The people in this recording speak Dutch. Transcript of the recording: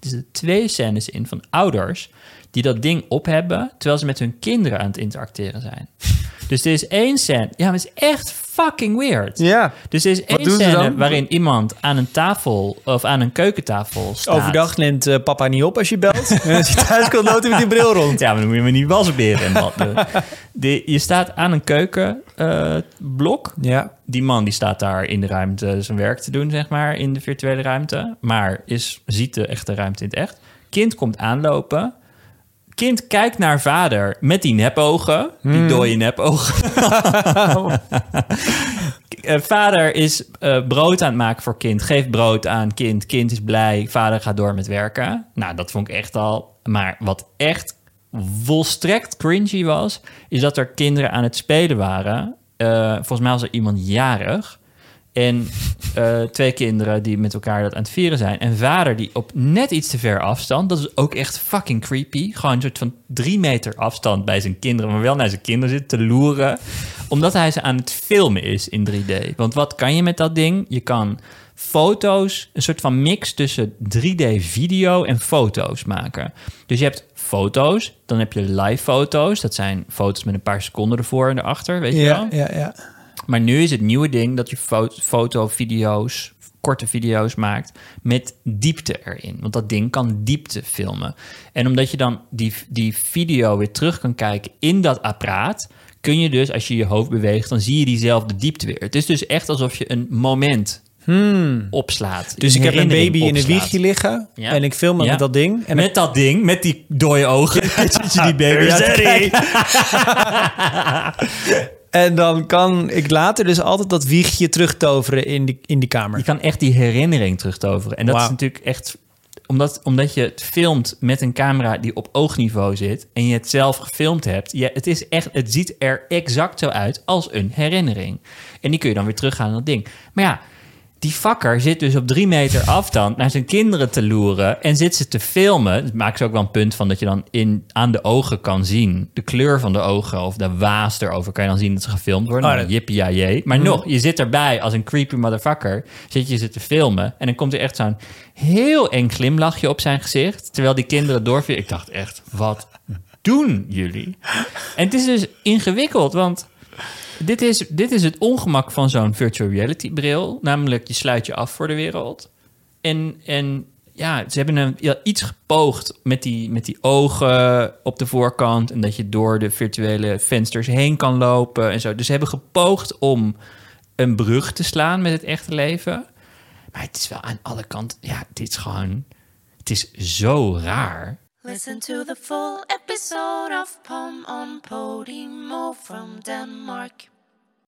zitten er 2 scènes in van ouders die dat ding op hebben terwijl ze met hun kinderen aan het interacteren zijn. Dus er is 1 scène... Ja, maar het is echt fucking weird. Ja. Dus er is 1 scène waarin iemand aan een tafel of aan een keukentafel staat. Overdag neemt papa niet op als je belt. En als je thuis komt, loopt hij met die bril rond. Ja, maar dan moet je me niet wasberen en wat. Je staat aan een keukenblok. Ja. Die man die staat daar in de ruimte zijn werk te doen, zeg maar, in de virtuele ruimte. Maar ziet de echte ruimte in het echt. Kind komt aanlopen. Kind kijkt naar vader met die nepogen. Die dode nepogen. Vader is brood aan het maken voor kind. Geeft brood aan kind. Kind is blij. Vader gaat door met werken. Nou, dat vond ik echt al... Maar wat echt volstrekt cringy was... is dat er kinderen aan het spelen waren. Volgens mij was er iemand jarig. En 2 kinderen die met elkaar dat aan het vieren zijn. En vader die op net iets te ver afstand... dat is ook echt fucking creepy. Gewoon een soort van 3 meter afstand bij zijn kinderen... maar wel naar zijn kinderen zit te loeren. Omdat hij ze aan het filmen is in 3D. Want wat kan je met dat ding? Je kan foto's, een soort van mix tussen 3D-video en foto's maken. Dus je hebt foto's, dan heb je live foto's. Dat zijn foto's met een paar seconden ervoor en erachter, weet je wel? Ja. Maar nu is het nieuwe ding dat je fotovideo's, korte video's maakt met diepte erin. Want dat ding kan diepte filmen. En omdat je dan die video weer terug kan kijken in dat apparaat... kun je dus, als je je hoofd beweegt, dan zie je diezelfde diepte weer. Het is dus echt alsof je een moment opslaat. Dus ik heb een baby in een wiegje liggen en ik film met dat ding. En met dat ding, met die dode ogen. Zit je die baby aan te kijken. En dan kan ik later dus altijd dat wiegje terugtoveren in die kamer. Je kan echt die herinnering terugtoveren. En dat is natuurlijk echt... Omdat je het filmt met een camera die op oogniveau zit... en je het zelf gefilmd hebt... het ziet er exact zo uit als een herinnering. En die kun je dan weer teruggaan naar dat ding. Maar ja, die fucker zit dus op 3 meter afstand... naar zijn kinderen te loeren en zit ze te filmen. Dat maakt ze ook wel een punt van dat je dan aan de ogen kan zien... de kleur van de ogen of de waas erover... kan je dan zien dat ze gefilmd worden. Jippie-ja-jee. Maar nog, je zit erbij als een creepy motherfucker... zit je ze te filmen en dan komt er echt zo'n... heel eng glimlachje op zijn gezicht... terwijl die kinderen doorvielen. Ik dacht echt, wat doen jullie? En het is dus ingewikkeld, want... Dit is het ongemak van zo'n virtual reality bril. Namelijk, je sluit je af voor de wereld. En ja, ze hebben iets gepoogd met die ogen op de voorkant... en dat je door de virtuele vensters heen kan lopen en zo. Dus ze hebben gepoogd om een brug te slaan met het echte leven... Maar het is wel aan alle kanten... Ja, dit is gewoon... Het is zo raar. Listen to the full episode of Pom on Podimo from Denmark.